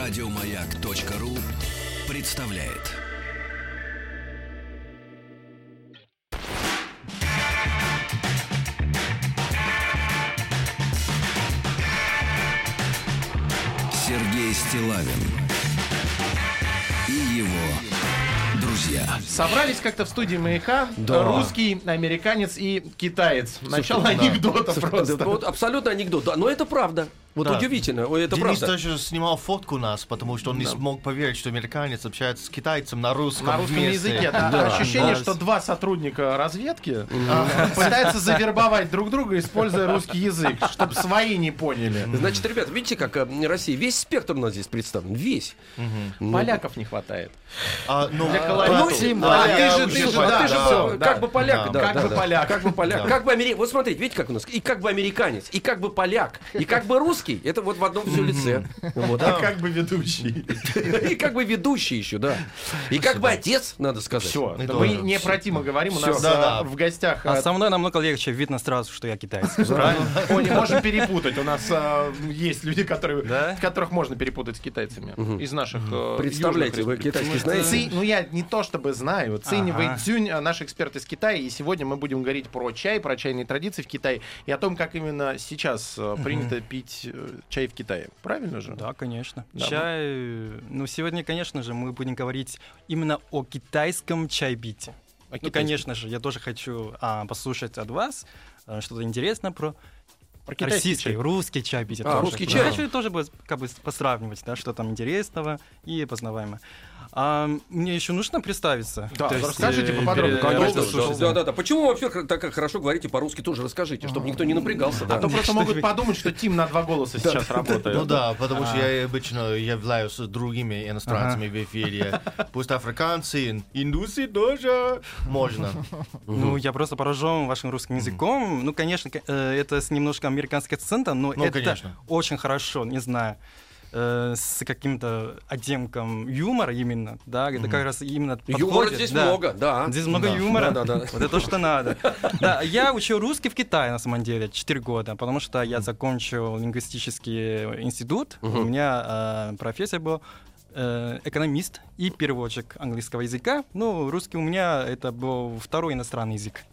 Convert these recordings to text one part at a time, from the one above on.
Радиомаяк.ру представляет. Сергей Стиллавин и его друзья. Собрались как-то в студии «Маяка» русский, американец и китаец. Начало анекдота просто. Вот абсолютно анекдот, но это правда. Вот Да. удивительно, это Денис правда. даже снимал фотку нас, потому что он не смог поверить, что американец общается с китайцем на русском языке. Да. Ощущение, что два сотрудника разведки пытаются завербовать друг друга, используя русский язык, чтобы свои не поняли. Значит, ребят, видите, как Россия, весь спектр у нас здесь представлен, весь. Поляков не хватает. Для колорита. Ты же как бы поляк. Как бы поляк. Как бы поляк. Как бы американец. Вот смотрите, видите, как у нас. И как бы американец, и как бы поляк, и как бы русский. Это вот в одном все лице. Вот. А как бы ведущий. И как бы ведущий еще, да. И как бы отец, надо сказать. Все, мы не про Тима говорим, у нас в гостях... А со мной намного легче, видно сразу, что я китаец. Правильно? Не можем перепутать. У нас есть люди, которых можно перепутать с китайцами. Из наших Представляете, вы китайский знаете? Ну, я не то чтобы знаю. Цинь Вэйцзюнь, наш эксперт из Китая. И сегодня мы будем говорить про чай, про чайные традиции в Китае. И о том, как именно сейчас принято пить чай в Китае. Правильно же? Да, конечно. Да, чай... Ну, сегодня, конечно же, мы будем говорить именно о китайском чай-бите. Ну, конечно же, я тоже хочу послушать от вас что-то интересное про российский, русский чай-бите. Русский чай. Хочу тоже как бы посравнивать, да, что там интересного и познаваемого. Мне еще нужно представиться. Да, расскажите поподробнее. Да. Почему вы вообще так хорошо говорите по-русски, тоже расскажите, чтобы никто не напрягался. А то просто могут подумать, что Тим на два голоса сейчас работает. Ну да, потому что я обычно являюсь другими иностранцами в эфире. Пусть африканцы, индусы тоже можно. Ну, я просто поражен вашим русским языком. Ну, конечно, это с немножко американским акцентом, но это очень хорошо, не знаю. С каким-то оттенком юмора именно, да, это как раз именно подходит. Юмора здесь много, да. Здесь много юмора, вот это то, что надо. Да, я учил русский в Китае, на самом деле, 4 года, потому что я закончил лингвистический институт, у меня профессия была экономист и переводчик английского языка, ну, русский у меня это был второй иностранный язык.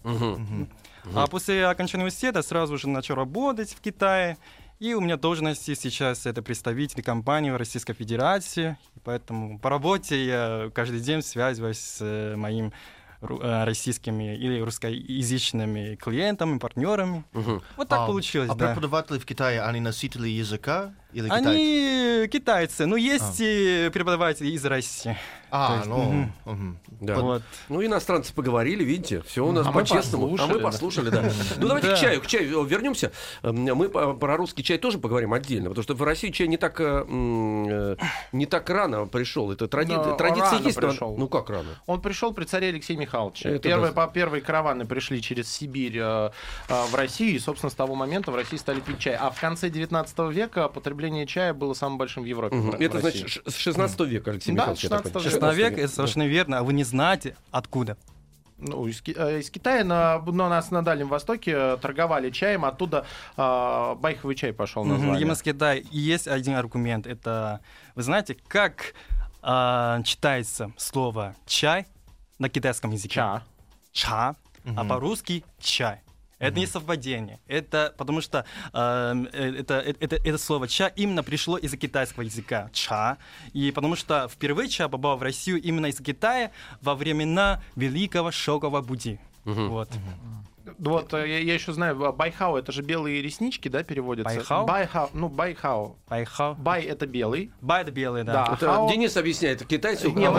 А после окончания университета сразу же начал работать в Китае. И у меня должность сейчас это представитель компании в Российской Федерации. И поэтому по работе я каждый день связываюсь с моим российскими или русскоязычными клиентами, партнерами. Вот так получилось. А преподаватели в Китае, они носители языка или китайцы? Они китайцы, но есть преподаватели из России. Да. Вот. Ну, иностранцы поговорили, видите, все у нас по-честному. А мы послушали, да. Ну, давайте к чаю вернемся. Мы про русский чай тоже поговорим отдельно, потому что в России чай не так рано пришел. Это традиция есть. Ну, как рано? Он пришел при царе Алексее Михайловиче. Первые караваны пришли через Сибирь в Россию, и, собственно, с того момента в России стали пить чай. А в конце 19 века потребление чая было самым большим в Европе. Это значит с 16 века Алексей Михайлович. 16 век, это совершенно верно, а вы не знаете, откуда? Ну, из Китая, но нас на Дальнем Востоке торговали чаем, оттуда байховый чай пошел название. Именно с Китая. И есть один аргумент, это, вы знаете, как читается слово «чай» на китайском языке? Ча, а по-русски «чай». Это не совпадение. Это потому что это слово «ча» именно пришло из китайского языка «ча». И потому что впервые ча попал в Россию именно из Китая во времена Великого Шелкового пути. Вот. Вот, я еще знаю, байхао — это же белые реснички, да, переводятся? Байхао? Байхао. Бай — это белый. Бай — это белый, да. Денис объясняет, китайцу. Я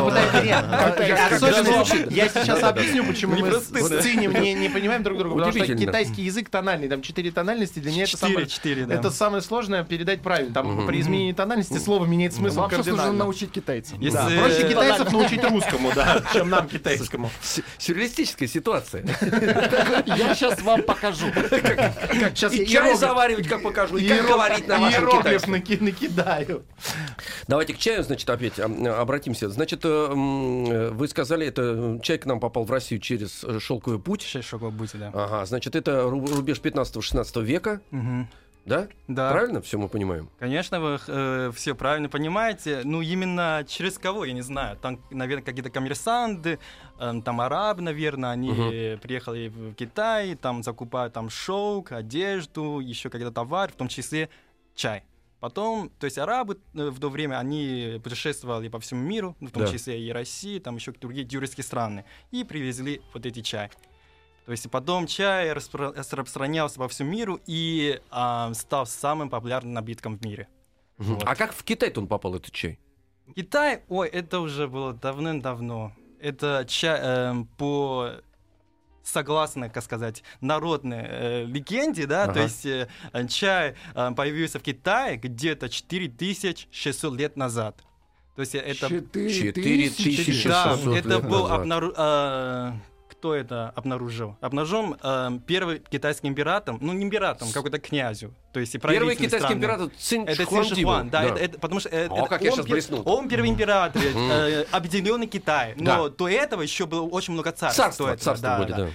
сейчас объясню, почему мы с Цинем не понимаем друг друга. Потому что китайский язык тональный, там 4 тональности, для меня это самое сложное передать правильно. Там при изменении тональности слово меняет смысл кардинально. Нужно научить китайцев. Проще китайцев научить русскому, да, чем нам китайскому. Сюрреалистическая ситуация. Я сейчас вам покажу. И чай заваривать, как покажу, и как говорить на вашем китайском. Накидаю. Давайте к чаю, значит, опять обратимся. Значит, вы сказали, это чай к нам попал в Россию через шелковый путь. Через шелковый путь, да. Ага, значит, это рубеж 15-16 века. Да? Да. Правильно все мы понимаем? Конечно, вы все правильно понимаете. Ну, именно через кого, я не знаю. Там, наверное, какие-то коммерсанты, там арабы, наверное, они приехали в Китай, там закупают там шелк, одежду, еще какие-то товары, в том числе чай. Потом, то есть арабы в то время, они путешествовали по всему миру, в том числе и России, там еще другие тюркские страны, и привезли вот эти чай. То есть потом чай распространялся по всему миру и стал самым популярным напитком в мире. Вот. А как в Китай-то он попал, этот чай? Китай, это уже было давным-давно. Это чай по... согласно, как сказать, народной легенде, да, то есть чай появился в Китае где-то 4600 лет назад. То есть это... 4600 да, лет это был назад. кто это обнаружил? Обнаружил первый китайский император, ну не император, какой-то князю. То есть первый китайский император Цин Шихуан. Да, это потому что как я сейчас блеснул. Он первый император, объединенный Китай. Но до этого еще было очень много царств. Царство были, да.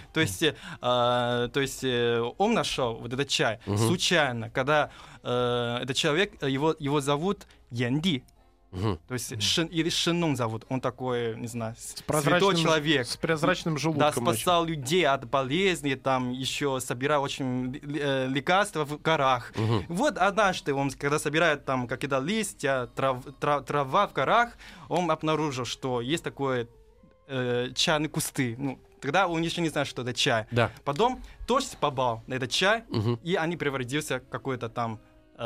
То есть он нашел вот этот чай случайно, когда этот человек, его зовут Янди. То есть или Шинун зовут, он такой, не знаю, святой человек. С прозрачным желудком. Да, спасал людей от болезней, там еще собирал очень лекарства в горах. Вот однажды он, когда собирает там какие-то листья, трава в горах, он обнаружил, что есть такое чайные кусты. Ну, тогда он еще не знает, что это чай. Да. Потом дождь попал на этот чай, и они превратился в какой-то там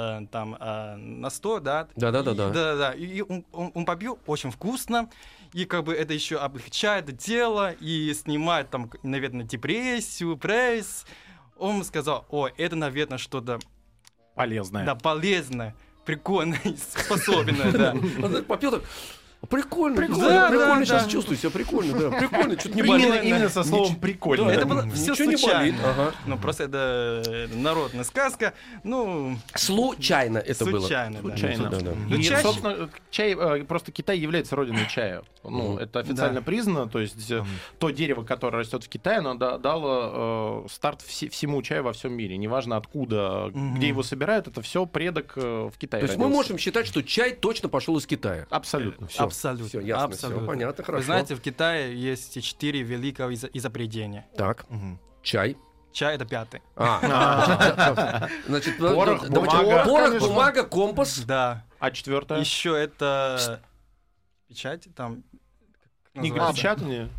настой, да? Да. И он попил очень вкусно, и как бы это еще облегчает дело и снимает там, наверное, депрессию, пресс. Он сказал, это, наверное, что-то полезное. Да, полезное, прикольное, способное, да. Попил так. Прикольно, прикольно, сейчас чувствую себя прикольно, да, прикольно, что-то не болит. Именно со словом прикольно. Это было все Ничего не болит. Ну, просто это народная сказка, ну... Случайно это было. Случайно, да. И, собственно, чай, просто Китай является родиной чая. Ну, это официально признано, то есть то дерево, которое растет в Китае, оно дало старт всему чаю во всем мире. Неважно откуда, где его собирают, это все предок в Китае. То есть мы можем считать, что чай точно пошел из Китая? Абсолютно. Абсолютно. Все ясно, все понятно, хорошо. Вы знаете, в Китае есть 4 великого изобретения. Так, чай. Чай — это 5-й. Значит, порох, бумага, компас. Да. А 4-е? Еще это печать, там... Книга печатания?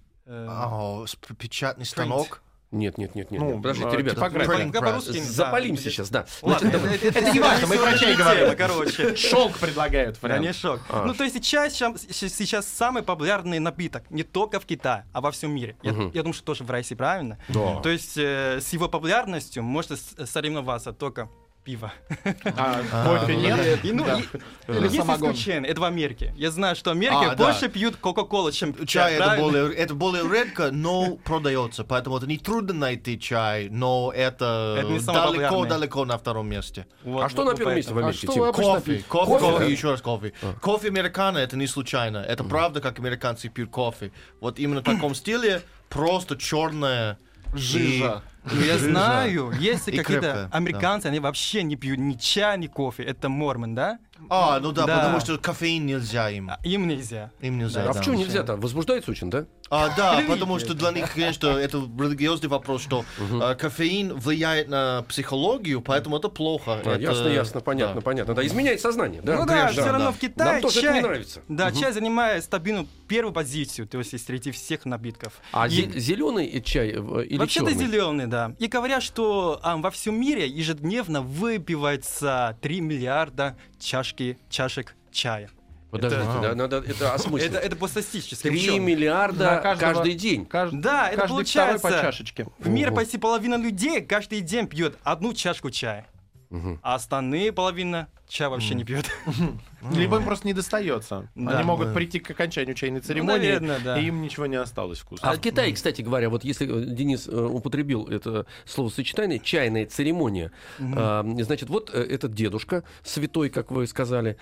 Печатный станок. Нет. Подождите, ребята, запалимся сейчас, да. Это не важно, мы про чай говорим. Короче. Шелк предлагают. Да, не шелк. Ну, то есть чай сейчас самый популярный напиток не только в Китае, а во всем мире. Я думаю, что тоже в России, правильно? То есть с его популярностью можно соревноваться только пиво. Кофе нет? Есть исключение, это в Америке. Я знаю, что в Америке больше пьют Кока-Колу, чем чай. Это более редко, но продается. Поэтому это не трудно найти чай, но это далеко на втором месте. А что на первом месте в Америке? Кофе, еще раз кофе. Кофе американо это не случайно. Это правда, как американцы пьют кофе. Вот именно в таком стиле, просто черная жижа. Ну, я знаю, есть какие-то американцы, они вообще не пьют ни чай, ни кофе. Это мормон, да? Ну да, потому что кофеин нельзя им. Им нельзя. А почему нельзя-то? Возбуждается очень, да? Да, потому что для них, конечно, это религиозный вопрос, что кофеин влияет на психологию, поэтому это плохо. Ясно, понятно. Да, изменяет сознание. Ну да, все равно в Китае нам тоже это не нравится. Да, чай занимает стабильную первую позицию, то есть среди всех напитков. А зеленый чай или черный? Вообще-то зеленый, да. И говорят, что во всем мире ежедневно выпивается 3 миллиарда чашек чая. Подождите, надо это осмыслить. Это по статистически. 3 миллиарда каждый день. Да, это получается. По чашечке. В мире почти половина людей каждый день пьет 1 чашку чая. А остальные половина чай вообще не пьют. Либо им просто не достается. Они могут прийти к окончанию чайной церемонии, и им ничего не осталось вкусно. А в Китае, кстати говоря, вот если Денис употребил это словосочетание «чайная церемония», значит, вот этот дедушка святой, как вы сказали,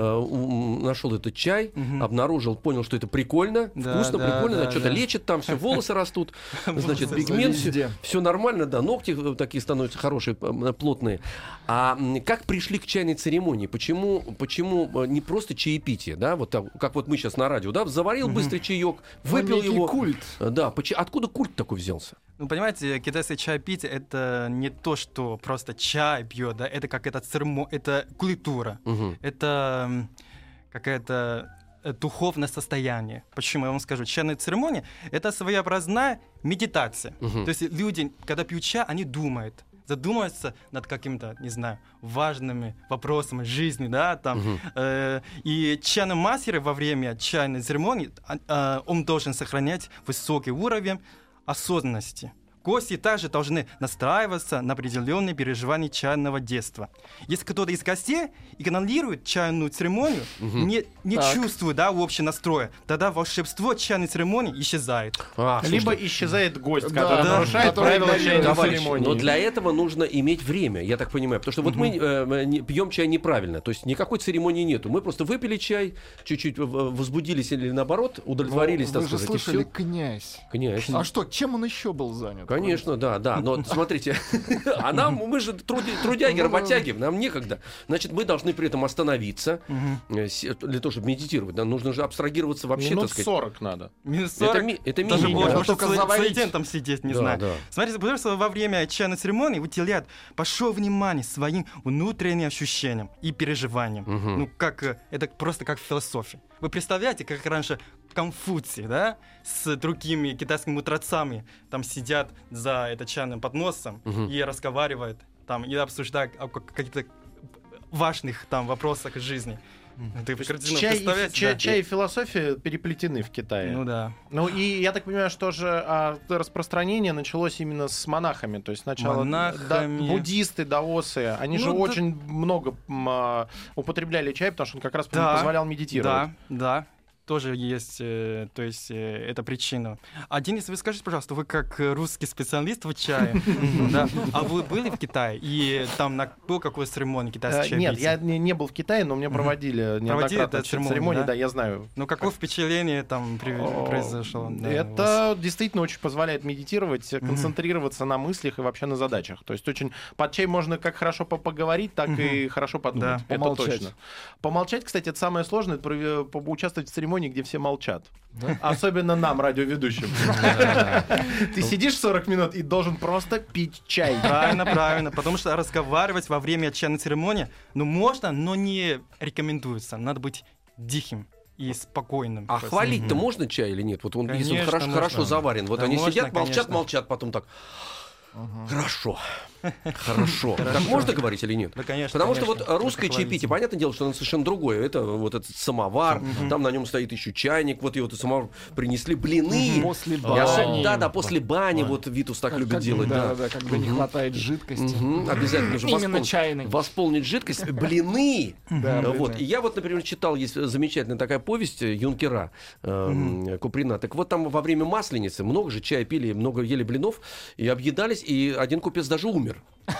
нашел этот чай, обнаружил, понял, что это прикольно, вкусно, прикольно, что-то лечит там, все волосы растут, значит, пигмент, все нормально, да, ногти такие становятся хорошие, плотные. А как пришли к чайной церемонии? Почему не просто чаепитие, да, вот так, как вот мы сейчас на радио, да, заварил быстрый чаек, выпил его. Культ. Да, откуда культ такой взялся? Ну, понимаете, китайское чаепитие — это не то, что просто чай пьет, да, это как это культура, это какая-то духовное состояние. Почему я вам скажу? Чайная церемония — это своеобразная медитация. То есть люди, когда пьют чай, они задумываются над какими-то, не знаю, важными вопросами жизни, да, там. И чайный мастер во время чайной церемонии, он должен сохранять высокий уровень осознанности. Гости также должны настраиваться на определенные переживания чайного детства. Если кто-то из гостей игнорирует чайную церемонию, не чувствует, да, общий настрой, тогда волшебство чайной церемонии исчезает. Либо исчезает гость, который нарушает правила чайной церемонии. Но для этого нужно иметь время, я так понимаю. Потому что вот мы пьем чай неправильно, то есть никакой церемонии нету. Мы просто выпили чай, чуть-чуть возбудились или наоборот, удовлетворились, так сказать. Вы же слышали, князь. А что, чем он еще был занят? Конечно, да. Но смотрите, мы же трудяги, работяги, нам некогда. Значит, мы должны при этом остановиться для того, чтобы медитировать. Нам нужно же абстрагироваться вообще, минут так сказать. 40 надо. Минут 40? Это даже минимум. можно только студентом сидеть, не знаю. Смотрите, потому что во время чайной церемонии уделяют большое внимание своим внутренним ощущениям и переживаниям. Ну, это просто как философия. Вы представляете, как раньше Конфуций, да, с другими китайскими мудрецами там сидят за чайным подносом и разговаривают там, и обсуждают о каких-то важных там вопросах жизни. Чай и философия переплетены в Китае. Ну да. Ну и я так понимаю, что же распространение началось именно с монахами. То есть сначала буддисты, даосы, они же очень много употребляли чай, потому что он как раз позволял медитировать. Да. Тоже есть, то есть, это причина. А, Денис, вы скажите, пожалуйста, вы как русский специалист в чае, а вы были в Китае? И там был какой церемонии китайской чай? Нет, я не был в Китае, но мне проводили неоднократно церемонии, да, я знаю. Ну, какое впечатление там произошло? Это действительно очень позволяет медитировать, концентрироваться на мыслях и вообще на задачах. То есть под чай можно как хорошо поговорить, так и хорошо подумать. Это точно. Помолчать, кстати, это самое сложное, поучаствовать в церемонии, где все молчат. Да? Особенно нам, радиоведущим. Ты сидишь 40 минут и должен просто пить чай. Правильно. Потому что разговаривать во время чайной церемонии, можно, но не рекомендуется. Надо быть тихим и спокойным. А хвалить-то можно чай или нет? Вот если он хорошо заварен. Вот они сидят, молчат, потом так... Хорошо. Так можно говорить или нет? Да, конечно. Потому что вот русское чаепитие, понятное дело, что оно совершенно другое. Это вот этот самовар, там на нем стоит еще чайник, вот и вот самовар принесли, блины. После бани. Да, после бани, вот Витус так любит делать. Да, когда не хватает жидкости. Обязательно же именно чайный. Восполнить жидкость. Блины! Вот. И я вот, например, читал, есть замечательная такая повесть Юнкера Куприна. Так вот там во время Масленицы много же чая пили, много ели блинов и объедались, и один купец даже умер.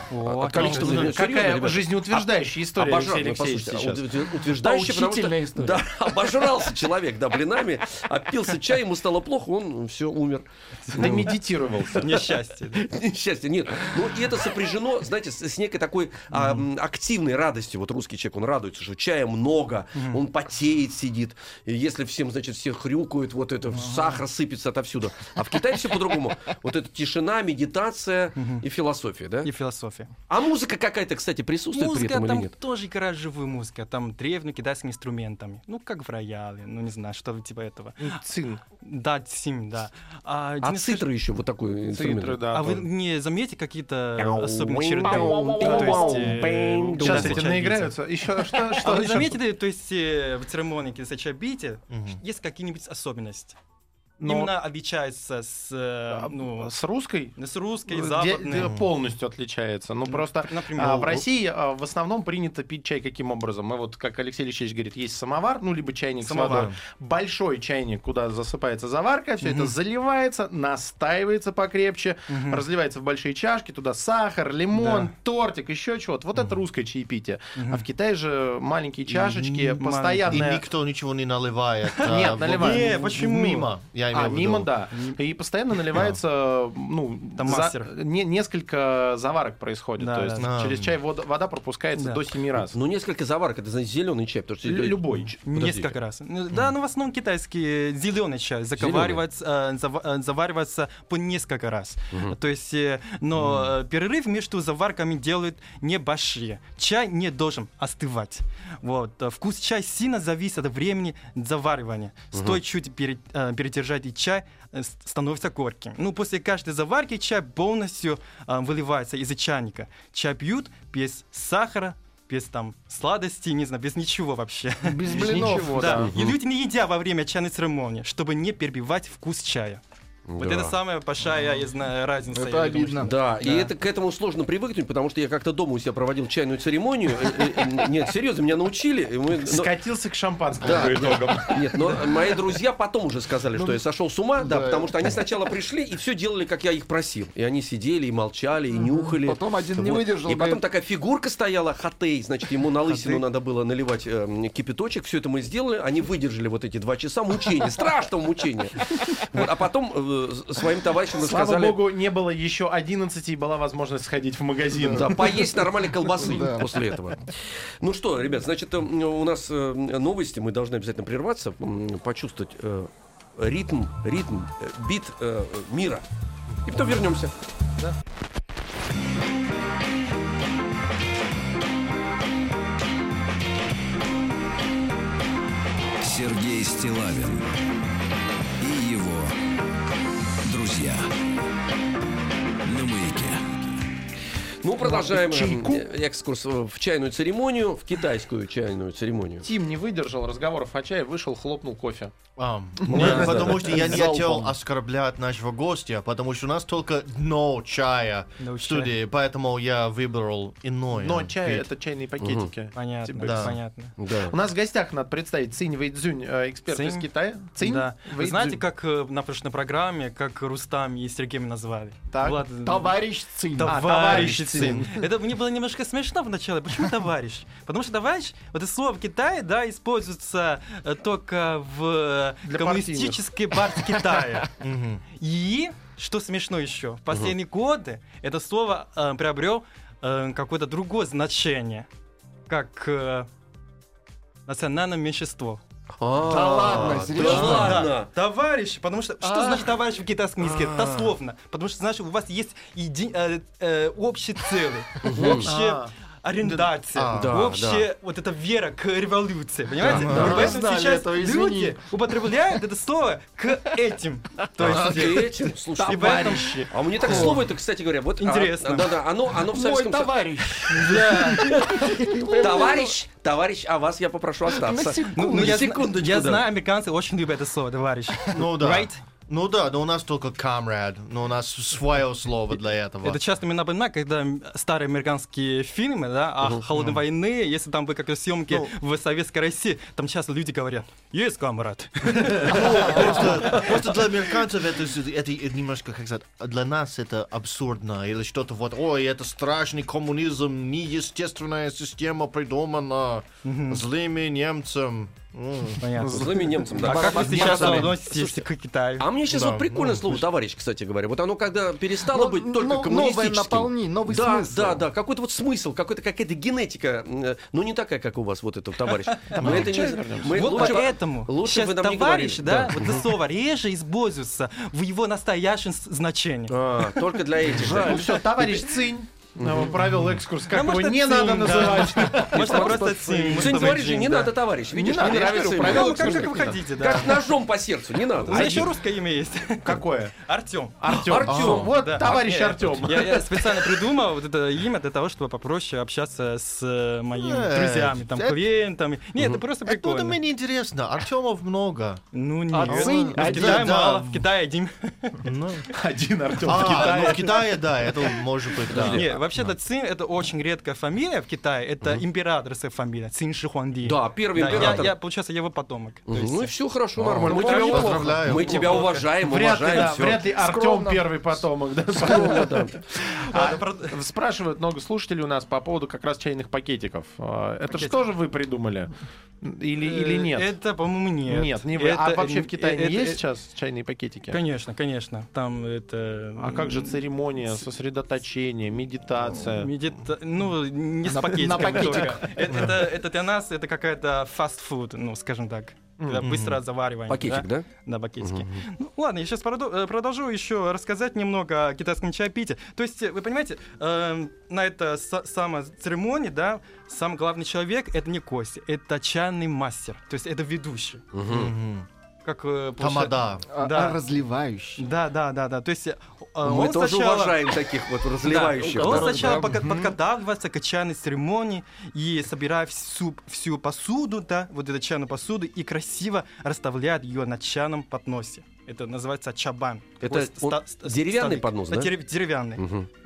Какая жизнеутверждающая история, Алексей Алексеевич, сейчас. Утверждающая, потому что да, обожрался человек блинами, опился чай, ему стало плохо, он все умер. Да медитировался. Несчастье. Нет. Ну и это сопряжено, знаете, с некой такой активной радостью. Вот русский человек, он радуется, что чая много, он потеет, сидит. И если всем, значит, все хрюкают, вот это сахар сыпется отовсюду. А в Китае все по-другому. Вот эта тишина, медитация и философия, да? И философия. А музыка какая-то, кстати, присутствует при этом или нет? Там тоже играет живую музыку, там древние китайскими инструментами. Ну, как в рояле, ну, не знаю, что типа этого. Цин. Да, цин, да. А цитры еще вот такой инструмент. Цитры, да. А вы не заметите какие-то особенные черты? Сейчас эти наиграются. Еще что? А вы заметили, то есть в церемонии чаепития есть какие-нибудь особенности? именно отличается с русской? С русской, западной. Полностью отличается. Ну, просто в России в основном принято пить чай каким образом? Мы вот, как Алексей Алексеевич говорит, есть самовар, ну, либо чайник с водой. Большой чайник, куда засыпается заварка, все это заливается, настаивается покрепче, разливается в большие чашки, туда сахар, лимон, тортик, еще чего-то. Вот это русское чаепитие. А в Китае же маленькие чашечки, постоянно... И никто ничего не наливает. Нет, наливает. Нет, почему? Мимо, я имею в виду. Мимо, да. И постоянно наливается, несколько заварок происходит. То есть через чай вода пропускается до 7 раз. Ну, несколько заварок, это значит зеленый чай, потому что... Любой. Несколько раз. Да, в основном китайский зеленый чай заваривается по несколько раз. То есть, но перерыв между заварками делают небольшие. Чай не должен остывать. Вот. Вкус чая сильно зависит от времени заваривания. Стоит чуть передержать, и чай становится горьким. Ну, после каждой заварки чай полностью выливается из чайника. Чай пьют без сахара, без сладостей, не знаю, без ничего вообще. Без блинов. Да. И люди не едят во время чайной церемонии, чтобы не перебивать вкус чая. Вот это самая большая, я знаю, разница. Это обидно. Да, и к этому сложно привыкнуть, потому что я как-то дома у себя проводил чайную церемонию. Нет, серьезно, меня научили. Скатился к шампанскому по итогам. Нет, но мои друзья потом уже сказали, что я сошел с ума, да, потому что они сначала пришли и все делали, как я их просил. И они сидели, и молчали, и нюхали. Потом один не выдержал. И потом такая фигурка стояла, хатей, значит, ему на лысину надо было наливать кипяточек. Все это мы сделали, они выдержали вот эти 2 часа мучения, страшного мучения. А потом своим товарищам рассказали... Слава богу, не было еще 11, и была возможность сходить в магазин. Да, поесть нормальной колбасы после этого. Ну что, ребят, значит, у нас новости, мы должны обязательно прерваться, почувствовать ритм, бит мира. И потом вернемся. Да. Сергей Стиллавин и его друзья на Маяке. Ну, продолжаем экскурс в чайную церемонию, в китайскую чайную церемонию. Тим не выдержал разговоров о чае, вышел, хлопнул кофе. Потому что я не хотел оскорблять нашего гостя, потому что у нас только дно чая в студии, поэтому я выбрал иное. Но чай — это чайные пакетики. Понятно, понятно. У нас в гостях, надо представить, Цинь Вэйцзюнь, эксперт из Китая. Цинь. Вы знаете, как на прошлой программе, как Рустам и Сергей меня назвали? Товарищ Цинь. Товарищ Цинь. Это мне было немножко смешно вначале. Почему товарищ? Потому что товарищ, вот это слово в Китае, да, используется только в коммунистической партии Китая. И, что смешно еще, в последние годы это слово приобрел какое-то другое значение, как национальное меньшинство. Да ладно, серьезно? Да, товарищ, потому что... Что значит товарищ в китайском языке? Дословно. Потому что, значит, у вас есть общий целый, общее... ориентация, общая вот эта вера к революции, понимаете? Поэтому сейчас люди употребляют это слово к этим. То есть к этим, слушайте, товарищи. А мне так слово это, кстати говоря, вот интересно. Да, оно в Советском Союзе. Товарищ, а вас я попрошу остаться. Я знаю, американцы очень любят это слово, товарищ. Ну да. Ну да, но у нас только comrade, но у нас свое слово для этого. Это часто мне напоминает, когда старые американские фильмы, да, о холодной войне, если там были какие-то съемки в Советской России, там часто люди говорят: есть камрад. Просто для американцев это немножко, как сказать, для нас это абсурдно, или что-то вот, ой, это страшный коммунизм, неестественная система придумана злыми немцами. Понятно. Злыми немцами, да. А как вы сейчас относитесь к Китаю? А мне сейчас вот прикольное слово «товарищ», кстати говоря. Вот оно когда перестало быть только коммунистическим. Новый смысл. Да, какой-то вот смысл, какая-то генетика, ну не такая, как у вас вот этот товарищ. Вот поэтому сейчас товарищ, да, вот это слово реже используется в его настоящем значении. Только для этих. Ну все, товарищ Цинь. Провел экскурс, как его не надо называть. Можно просто цинь. Цинь говорит же, не надо, товарищ. Видишь, не нравится. Провел экскурс, как вы хотите, да. Как ножом по сердцу, не надо. А еще русское имя есть. Какое? Артем. Вот товарищ Артем. Я специально придумал вот это имя для того, чтобы попроще общаться с моими друзьями, там, клиентами. Нет, это просто прикольно. Это мне не интересно. Артемов много. Ну нет. В Китае мало. В Китае один. Один Артем в Китае. Ну в Китае, да, это может быть, да. Нет, вообще-то Цинь — это очень редкая фамилия в Китае. Это императорская фамилия. Цинь Ши Хуанди. Да, первый император. Получается, его потомок. Ну и все хорошо, нормально. Мы тебя уважаем. Вряд ли Артем первый потомок. Спрашивают много слушателей у нас по поводу как раз чайных пакетиков. Это что же вы придумали? Или нет? Это, по-моему, нет. Нет, не вы. А вообще в Китае не есть сейчас чайные пакетики? Конечно, конечно. Там это... А как же церемония, сосредоточение, медитация? Ну, не с пакетиками. На пакетик. Это для нас это какая-то фастфуд, ну, скажем так. Быстро завариваем. Пакетик, да? Да, пакетики. Ну, ладно, я сейчас продолжу еще рассказать немного о китайском чаепитии. То есть, вы понимаете, на этой самой церемонии, да, самый главный человек — это не гость, это чайный мастер, то есть это ведущий. Как тамада. Да. Разливающий. Да. То есть мы тоже уважаем таких вот разливающих. Он сначала подкатывается к чайной церемонии и собирает всю посуду, да, вот эту чайную посуду, и красиво расставляет ее на чайном подносе. Это называется чабан. Это деревянный поднос, да? Деревянный.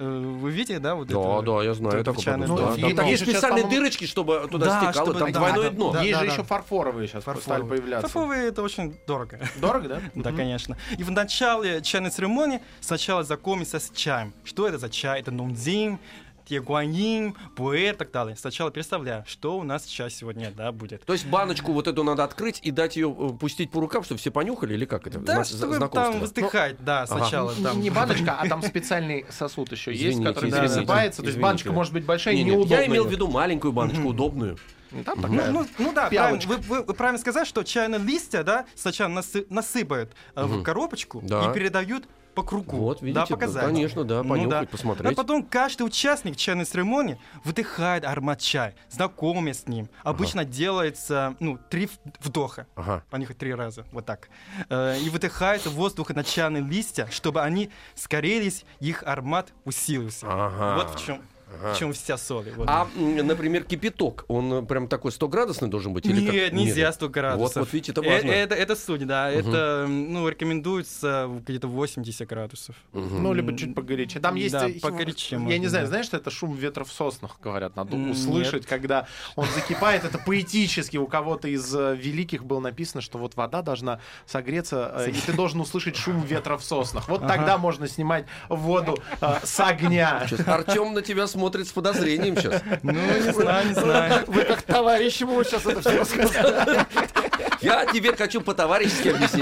Вы видите, да? Вот это, да, я знаю такой поднос. Ну, там есть специальные дырочки, чтобы туда стекало, там двойное дно. Есть же еще фарфоровые сейчас стали появляться. Фарфоровые — это очень дорого. Дорого, да? Да, конечно. И в начале чайной церемонии сначала знакомиться с чаем. Что это за чай? Это нундзин, тьегуаньин, пуэр и так далее. Сначала представляю, что у нас сейчас сегодня, да, будет. То есть баночку вот эту надо открыть и дать ее пустить по рукам, чтобы все понюхали, или как это? Да, чтобы там воздыхать, да, сначала. Не баночка, а там специальный сосуд еще есть, который пересыпается. То есть баночка может быть большая и неудобная. Я имел в виду маленькую баночку, удобную. Там такая ну да, вы правильно сказали, что чайные листья, да, сначала насыпают в коробочку и передают по кругу. Вот, видите, да, показать. Конечно, да, понюхать, посмотреть. А потом каждый участник чайной церемонии вдыхает аромат чая, знакомится с ним. Обычно делается, 3 вдоха. Понюхать 3 раза, вот так. И выдыхается воздух на чайные листья, чтобы они сгорелись, их аромат усилился. Вот в чем вся соль. Вот. А, например, кипяток, он прям такой 100-градусный должен быть? Нет, нельзя 100 градусов. Вот видите, это важно. Это суть, да. Это, рекомендуется где-то 80 градусов. Ну, либо чуть погорячее. Там есть, погорячее. Я не знаю, знаешь, что это шум ветра в соснах, говорят. Надо услышать, когда он закипает. Это поэтически. У кого-то из великих было написано, что вот вода должна согреться, и ты должен услышать шум ветра в соснах. Вот тогда можно снимать воду с огня. Артем на тебя смотрит с подозрением сейчас. Ну, не знаю. Вы как товарищ ему сейчас это все рассказали. Я теперь хочу по-товарищески объяснить.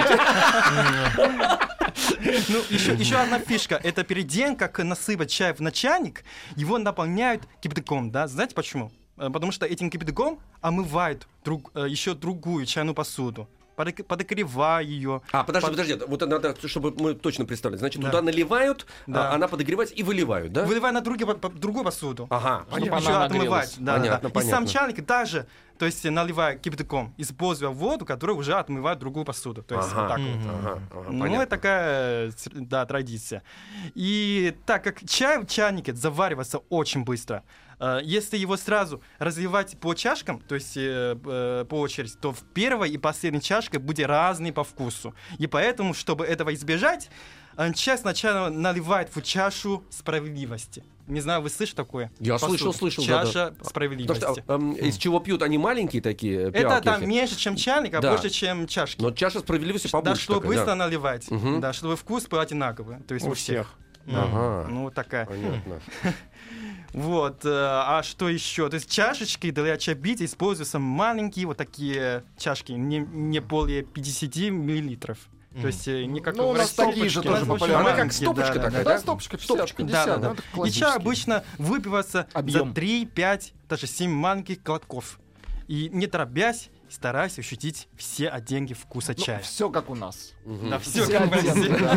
Ну, еще одна фишка. Это перед тем, как насыпать чай в чайник, его наполняют кипятком, да? Знаете почему? Потому что этим кипятком омывают еще другую чайную посуду. Подогревая ее. Подожди, вот надо, чтобы мы точно представили. Значит, туда наливают, она подогревается и выливают, да? Выливают на другую посуду. Чтобы еще отмывать. Понятно. И сам чайник даже, то есть наливая кипятком, используя воду, которая уже отмывает другую посуду. То есть вот так вот. Ну, это такая, традиция. И так как чай в чайнике заваривается очень быстро, если его сразу разливать по чашкам, то есть по очереди, то в первой и последней чашке будет разный по вкусу. И поэтому, чтобы этого избежать, чай сначала наливает в чашу справедливости. Не знаю, вы слышите такое? Я слышал. Чаша справедливости. Из чего пьют? Они маленькие такие? Это там меньше, чем чайник, а больше, чем чашки. Но чаша справедливости побольше. Да, чтобы быстро наливать. Да, чтобы вкус был одинаковый. То есть у всех. Ну, такая. Понятно. Вот, а что еще? То есть чашечки для чайбития используются маленькие вот такие чашки, не более 50 миллилитров. То есть не как у нас такие же тоже популярны. Она как стопочка такая, да? Стопочка 50-50. Да. И чай обычно выпивается за 3, 5, даже 7 маленьких глотков. И не торопясь, стараюсь ощутить все оттенки вкуса чая. Все как у нас. Да, все как у нас.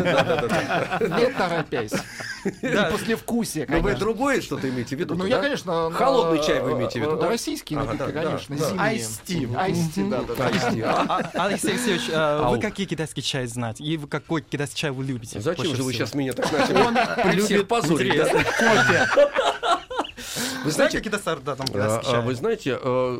Не торопясь. И послевкусие, конечно. Но вы другое что-то имеете в виду? Ну, я, конечно... Холодный чай вы имеете в виду? Российский напитки, конечно, зимние. Айсти, да. Алексей Алексеевич, вы какие китайские чаи знаете? И какой китайский чай вы любите? Зачем же вы сейчас меня так начали? Он любит позорить, кофе. Вы знаете, какие-то сорта там китайский чай? Вы знаете,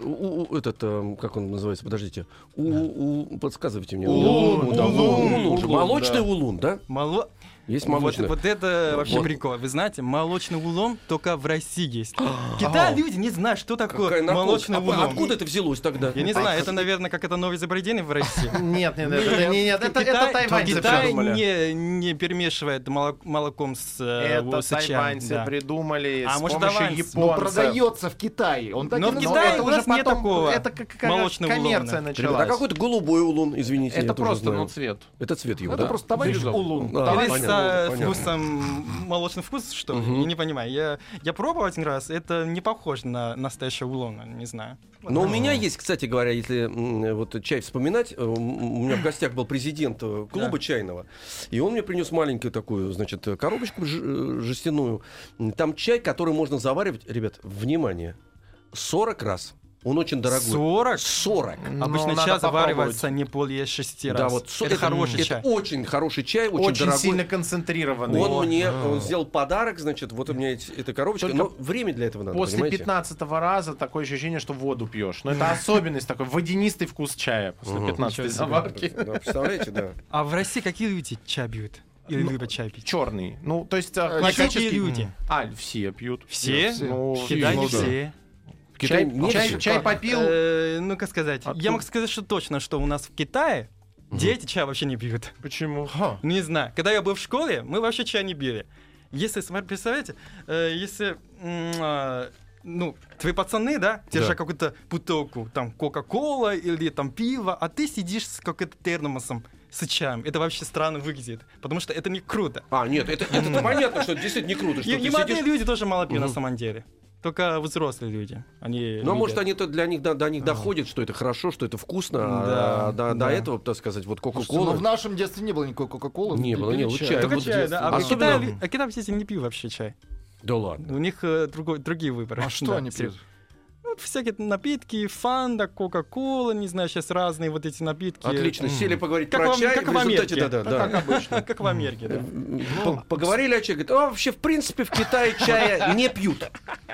как он называется? Подождите. Подсказывайте мне. Улун. Молочный улун, да? Есть молочный. Вот это вообще прикол. Вы знаете, молочный улун только в России есть. В Китае люди не знают, что такое молочный улун. Откуда это взялось тогда? Я не знаю, это, наверное, как это новое изобретение в России. Нет, это тайваньцы Китай не перемешивает молоком с чаем. Это тайваньцы придумали с Но помощью японцев. Продается в Китае. Но в Китае у нас нет такого. Это коммерция началась. А какой-то голубой улун, извините. Это просто цвет. Это цвет его, да? Это просто товарищ улун. Вкусом молочный вкус, что ли? Я не понимаю. Я пробовал один раз, это не похоже на настоящий улун, не знаю. Но у меня есть, кстати говоря, если вот чай вспоминать, у меня в гостях был президент клуба чайного, и он мне принес маленькую такую, значит, коробочку жестяную. Там чай, который можно заваривать, ребят, внимание, 40 раз. Он очень дорогой. 40? Обычно чай заваривается не более 6 раз. Да, вот это хороший чай. Это очень хороший чай, очень очень дорогой. сильно концентрированный. Он мне сделал подарок, значит, вот у меня эта коробочка. Только но время для этого надо, после понимаете? 15-го раза такое ощущение, что воду пьешь. Но это особенность такой, водянистый вкус чая после 15-й заварки. Представляете, да. А в России какие люди чай пьют? Или любят чай пить? Черный. Ну, то есть классические люди. Все пьют. Все? В Китае не все. Чай попил. Ну, как сказать. Я могу сказать, что точно, что у нас в Китае дети чай вообще не пьют. Почему? Не знаю. Когда я был в школе, мы вообще чай не пили. Если, представляете, если... твои пацаны, да, держат какую-то бутылку, там, Кока-Кола или там пиво, а ты сидишь с каким-то термосом с чаем. Это вообще странно выглядит, потому что это не круто. Нет, это понятно, что это действительно не круто. И молодые люди тоже мало пьют на самом деле. Только взрослые люди. Ну, может, они-то до них доходит, что это хорошо, что это вкусно. До этого, так сказать, вот Кока-Кола. Но в нашем детстве не было никакой Кока-Колы. Не было чая. Только чай, да. А Китай все не пьют вообще чай. Да ладно. У них другие выборы. А что они пьют? Всякие напитки, фанта, Кока-Кола, не знаю, сейчас разные вот эти напитки. Отлично, сели поговорить про чай. Как в Америке. Как обычно. Как в Америке, да. Поговорили о чае, говорят, вообще, в принципе, в Китае чая не пьют.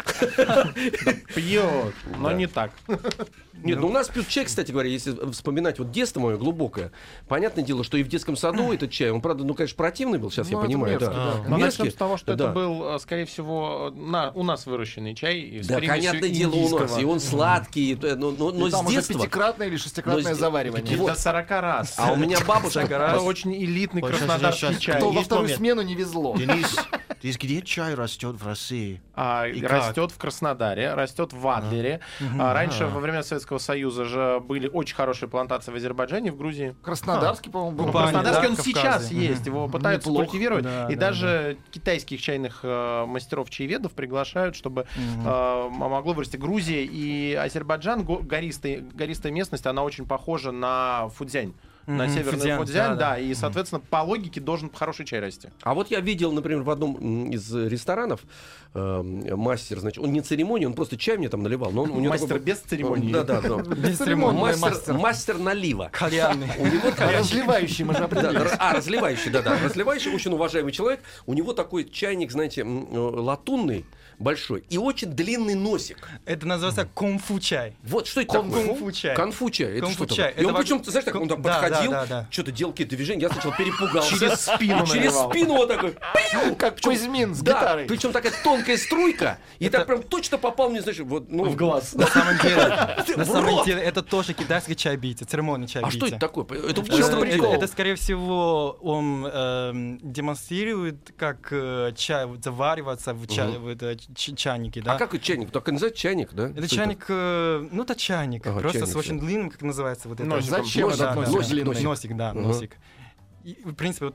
Пьет, но не так. Нет, у нас пьют чай, кстати говоря, если вспоминать вот детство мое глубокое. Понятное дело, что и в детском саду этот чай, он, правда, конечно, противный был, сейчас я понимаю. Но начнем с того, что это был, скорее всего, у нас выращенный чай. Да, понятное дело, у нас. И он сладкий, но с там уже детства. пятикратное или шестикратное заваривание. До 40 раз. А у меня бабушка... Это очень элитный краснодарский чай. Кто во вторую смену не везло. Денис, где чай растет в России? Растет в Краснодаре, растет в Адлере. Раньше, во время Советского Союза же были очень хорошие плантации в Азербайджане, в Грузии. Краснодарский, по-моему, был. Краснодарский он сейчас есть, его пытаются культивировать. И даже китайских чайных мастеров-чаеведов приглашают, чтобы могло вырасти. Грузия и Азербайджан, гористая местность, она очень похожа на Фудзянь. На северный Фудзянь, да, и, соответственно, по логике должен хороший чай расти. А вот я видел, например, в одном из ресторанов мастер, значит, он не церемония, он просто чай мне там наливал. Но у него мастер такой... без церемонии. Да. Без церемонии. Мастер налива. Кальянный. Разливающий, мы же определили. Разливающий, да. Разливающий, очень уважаемый человек. У него такой чайник, знаете, латунный, большой, и очень длинный носик. Это называется кунг-фу чай. Вот что это такое? Кунг-фу чай. Конфу чай. Это что чай. И он причем, ты знаешь, так он там подходил, что-то делал какие-то движения, я сначала перепугался. Через спину вот такой. Как Кузьмин с гитарой. Причем такая тонкая струйка, и так прям точно попал мне, знаешь, вот, в глаз. На самом деле, это тоже китайский чай-бийца, церемонный чай-бийца. А что это такое? Это в чем прикол? Это, скорее всего, он демонстрирует, как чай заваривается в чайнике, да? А как это чайник? Только называется чайник, да? Это чайник, это чайник, просто с очень длинным, как называется вот это. Зачем это носик, да, носик. И, в принципе, вот так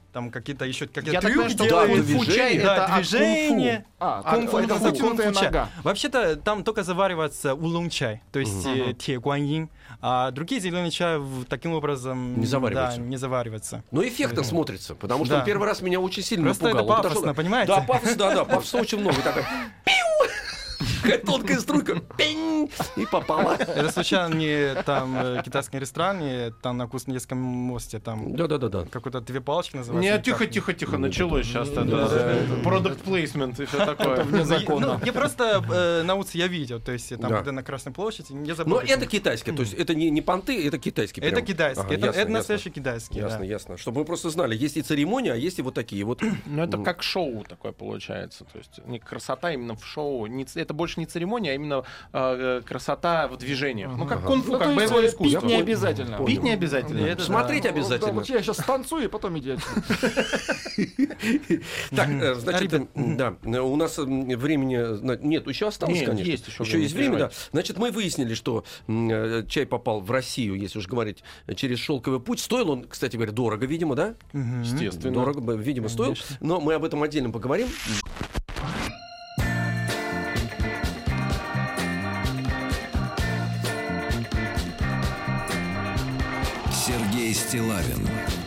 там какие-то еще какие-то Я трюки делают. Движение. Это движение. Кунг-фу это вытянутая нога. Вообще-то там только заваривается улунг-чай, то есть те-гуаньин, а другие зеленые чаи таким образом не завариваются. Да, не завариваются. Но эффектно смотрится, потому что первый раз меня очень сильно просто напугал. Это пафосно, понимаете? Да, пафоса очень много. Такая какая тонкая струйка, пень, и попала. Это случайно не там китайский ресторан, не там на Кузнецком мосте, там какой-то 2 палочки называется? Не, тихо, началось сейчас. Product placement и все такое. Вне закона. Я просто на улице я видел, то есть там, когда на Красной площади, не забыл. Но это китайский, то есть это не понты, это китайский. Это китайский, это настоящий китайский. Ясно. Чтобы мы просто знали, есть и церемония, а есть и вот такие вот. Ну это как шоу такое получается, то есть не красота именно в шоу, это больше не церемония, а именно красота в движениях. Ну, как кунг-фу, как боевое искусство. Пить не обязательно. Пить не обязательно. Смотреть обязательно. Вот я сейчас танцую, и потом иди. Так, значит, да, у нас времени... Нет, еще осталось, конечно. Еще есть время, да. Значит, мы выяснили, что чай попал в Россию, если уж говорить, через шелковый путь. Стоил он, кстати говоря, дорого, видимо, да? Естественно. Дорого, видимо, стоил. Но мы об этом отдельно поговорим. Сергей Стиллавин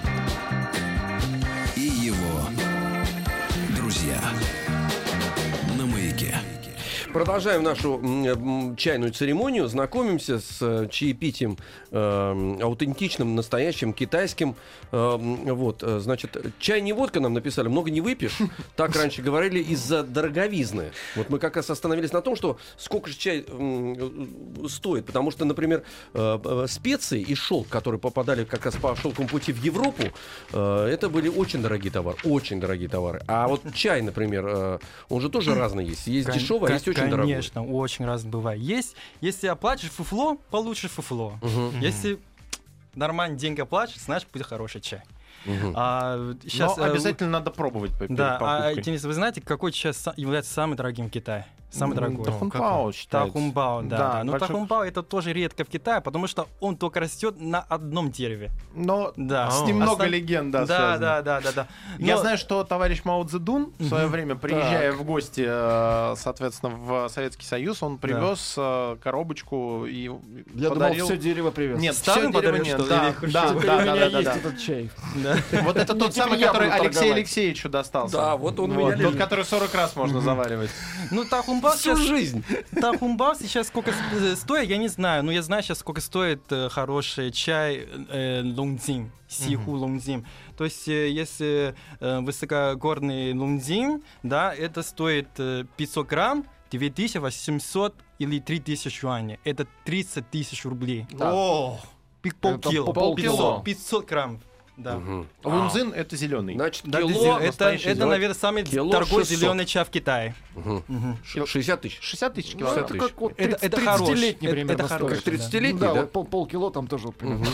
и его друзья на Маяке. Продолжаем нашу чайную церемонию, знакомимся с чаепитием аутентичным, настоящим, китайским. Вот, значит, чай не водка нам написали, много не выпьешь. Так раньше говорили из-за дороговизны. Вот мы как раз остановились на том, что сколько же чай стоит. Потому что, например, специи и шелк, которые попадали как раз по шелковому пути в Европу, это были очень дорогие товары. А вот чай, например, он же тоже разный есть. Есть дешевый, а есть очень дорогой. Конечно, очень разный бывает. Если оплатишь фуфло, получишь фуфло. Если нормально деньги оплатишь, значит, будет хороший чай. Сейчас, но обязательно надо пробовать. Да, Денис, вы знаете, какой чай является самым дорогим в Китае? Самый дорогой. Тахунбао считается. Тахунбао, да. Но Тахунбао это тоже редко в Китае, потому что он только растет на одном дереве. Но с ним много легенд, да. Да. Я знаю, что товарищ Мао Цзэдун в свое время, приезжая в гости, соответственно, в Советский Союз, он привез коробочку и я подарил... думал, все дерево привез. Нет, все дерево нет. Да, у меня есть этот чай. Вот это тот самый, который Алексею Алексеевичу достался. Да, вот он у меня тот, который 40 раз можно заваривать. Ну, Тахунбао всю жизнь. Тахунбао сейчас сколько стоит, я не знаю. Но я знаю сейчас, сколько стоит хороший чай лунгзин, сиху лунгзин. То есть, если высокогорный лунгзин, да, это стоит 500 грамм, 2800 или 3000 юаней. Это 30 тысяч рублей. О, полкило. 500 грамм. Да. Лунзин это зеленый. Значит, это, наверное, самый дорогой зеленый чай в Китае. 60 тысяч. 60 тысяч килограмм. Это как вот это 30-летний примерно. Это хороший. Как 30-летний, да? Да, вот полкило там тоже примерно.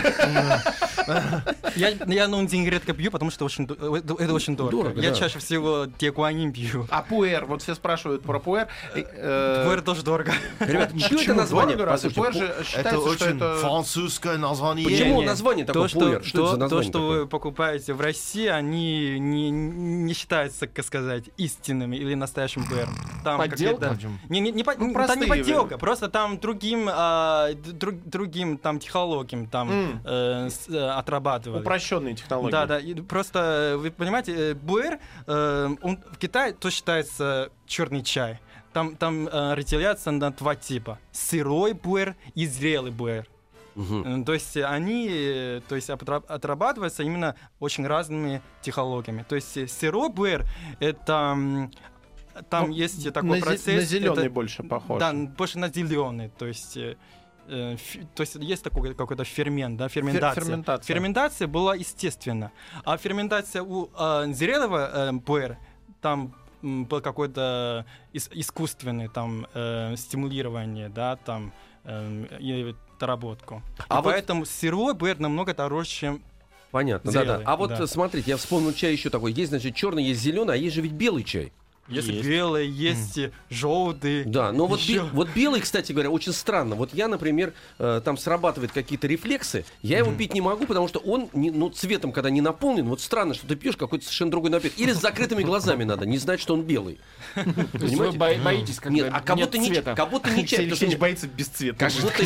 Я лунгзин редко пью, потому что это очень дорого. Я чаще всего те-гуаньин пью. А пуэр? Вот все спрашивают про пуэр. Пуэр тоже дорого. Ребята, что это название? Пуэр же это очень французское название. Почему название такое пуэр? Что это за название? То, что вы покупаете в России, они не считаются, как сказать, истинными или настоящим пуэром. Подделка? Не подделка, просто там другим там технологиям там отрабатывали. Упрощенные технологии. Да. Просто, вы понимаете, пуэр, он в Китае то считается черный чай. Там разделяется на 2 типа. Сырой пуэр и зрелый пуэр. То есть они отрабатываются именно очень разными технологиями. То есть сырой пуэр это там есть такой процесс. На зеленый больше похож. Да, больше на зеленый. То есть есть такой какой-то фермент, да, ферментация. Ферментация была естественна. А ферментация у зрелого пуэр там был какой-то искусственный там стимулирование, да, там доработку. Поэтому сырой пуэр намного дороже, чем понятно, зрелый. Да. А вот смотрите, я вспомнил чай еще такой. Есть, значит, черный, есть зеленый, а есть же ведь белый чай. Есть белый, есть желтый. Да, но вот белый, кстати говоря, очень странно. Вот я, например, там срабатывают какие-то рефлексы, я его пить не могу, потому что он цветом, когда не наполнен, вот странно, что ты пьешь какой-то совершенно другой напиток. Или с закрытыми глазами надо, не знать, что он белый. Вы боитесь, когда нет цвета. Как будто не чай. Алексей боится без цвета.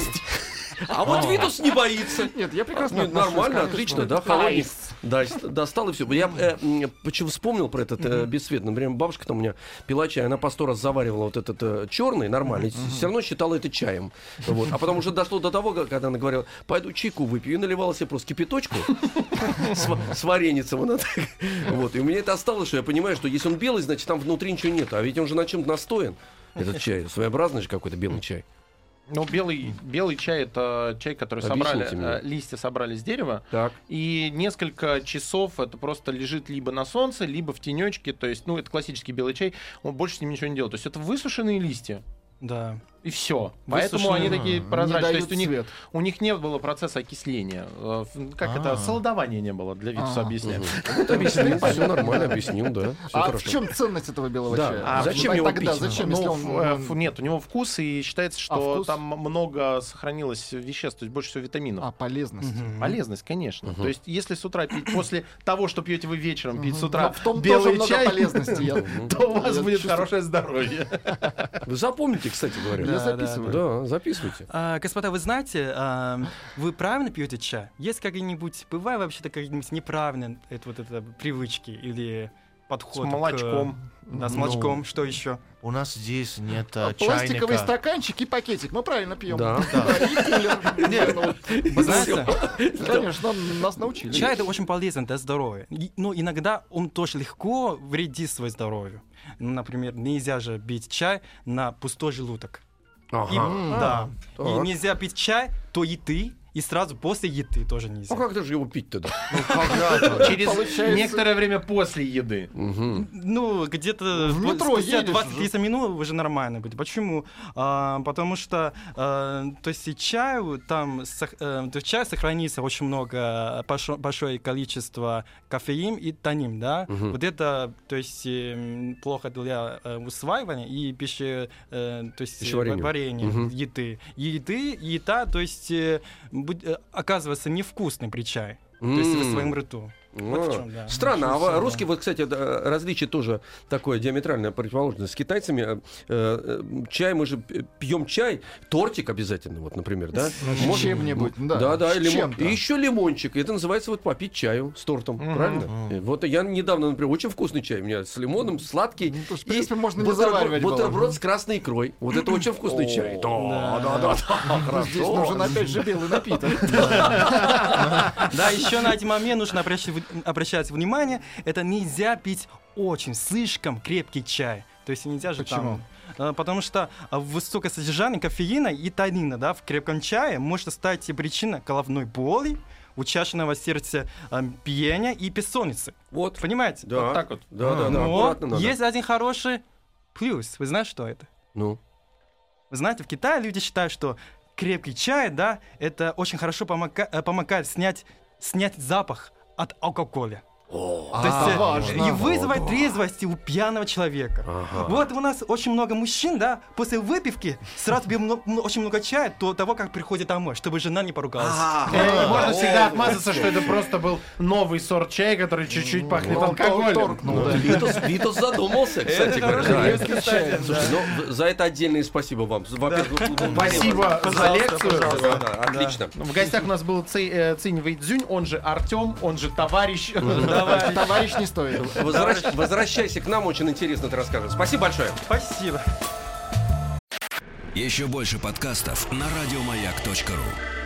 А вот Витус не боится. Нет, я прекрасно нормально, отлично, да, холодник. Да, достал и все. Я почему вспомнил про этот бесцветный. Например, бабушка там у меня пила чай, она по 100 раз заваривала вот этот черный, нормально, все равно считала это чаем. Вот. А потом уже дошло до того, когда она говорила, пойду чайку выпью, и наливала себе просто кипяточку с вареницем. Вот. И у меня это осталось, что я понимаю, что если он белый, значит там внутри ничего нет. А ведь он же на чем-то настоен, этот чай. Своеобразный же какой-то белый чай. Ну, белый чай — это чай, который листья собрали с дерева, и несколько часов это просто лежит либо на солнце, либо в тенечке, то есть, это классический белый чай, он больше с ним ничего не делает. То есть это высушенные листья. Да. И все. Поэтому они такие прозрачные. То есть у них не было процесса окисления. Как это? Солодования не было, для Витуса объясняю. Вот объяснил, все нормально объяснил, да. В чем ценность этого белого чая? Зачем его пить? Зачем, если он... Нет, у него вкус, и считается, что там много сохранилось веществ, то есть больше всего витаминов. Полезность. Полезность, конечно. То есть если с утра пить, после того, что пьете вы вечером, пить с утра белый чай, то у вас будет хорошее здоровье. Вы запомните, кстати говоря. Я записываю. Да, записывайте. Господа, вы знаете, вы правильно пьете чай? Есть какие-нибудь, бывает вообще-то какие-нибудь неправильные это привычки или подход с молочком? Да, с молочком. Что еще? У нас здесь нет чайника. Пластиковый стаканчик и пакетик. Мы правильно пьем. Да. И кулер. Вы знаете, конечно, нас научили. чай это очень полезно для здоровья. Но иногда он тоже легко вредит своему здоровью. Например, нельзя же пить чай на пустой желудок. Ага. И нельзя пить чай до еды, и сразу после еды тоже нельзя. Ну как же его пить тогда? Через некоторое время после еды. Ну, где-то спустя 20-30 минут уже нормально будет. Почему? Потому что то есть чай сохранится очень много, большое количество кофеин и танин, да? Вот это, то есть, плохо для усваивания и варенья еды. Еда, то есть, оказывается невкусной при чае. То есть в своем рту. Вот в чем, да. Странно. А русские, вот, кстати, различие тоже такое диаметральное противоположное. С китайцами чай, мы же пьем чай, тортик обязательно, вот, например, да? Чем-нибудь, да. Да, и еще лимончик. И это называется вот попить чаю с тортом, правильно? Вот я недавно, например, очень вкусный чай у меня с лимоном, сладкий. В принципе, можно не заваривать. Бутерброд с красной икрой. Вот это очень вкусный чай. Да. Здесь нужен опять же белый напиток. Да, еще на один момент нужно обращать внимание, это нельзя пить слишком крепкий чай. То есть нельзя же Почему? Потому что высокое содержание кофеина и танина, да, в крепком чае может стать причиной головной боли, учащенного сердца биения и бессонницы. Вот. Понимаете? Да. Вот так вот. Да, но аккуратно надо. есть один хороший плюс. Вы знаете, что это? Ну? Вы знаете, в Китае люди считают, что крепкий чай, да, это очень хорошо помогает снять запах от алкоголя. То есть и вызвать трезвость у пьяного человека. Вот у нас очень много мужчин, да, после выпивки сразу пьют очень много чая до того, как приходит домой, чтобы жена не поругалась. Можно всегда отмазаться, что это просто был новый сорт чая, который чуть-чуть пахнет алкоголем. Витус задумался, кстати говоря. За это отдельное спасибо вам. Спасибо за лекцию. Отлично. В гостях у нас был Цинь Вэйцзюнь, он же Артем, он же товарищ. Товарищ не стоит. Возвращайся к нам, очень интересно ты расскажешь. Спасибо большое. Спасибо. Еще больше подкастов на радиомаяк.ру.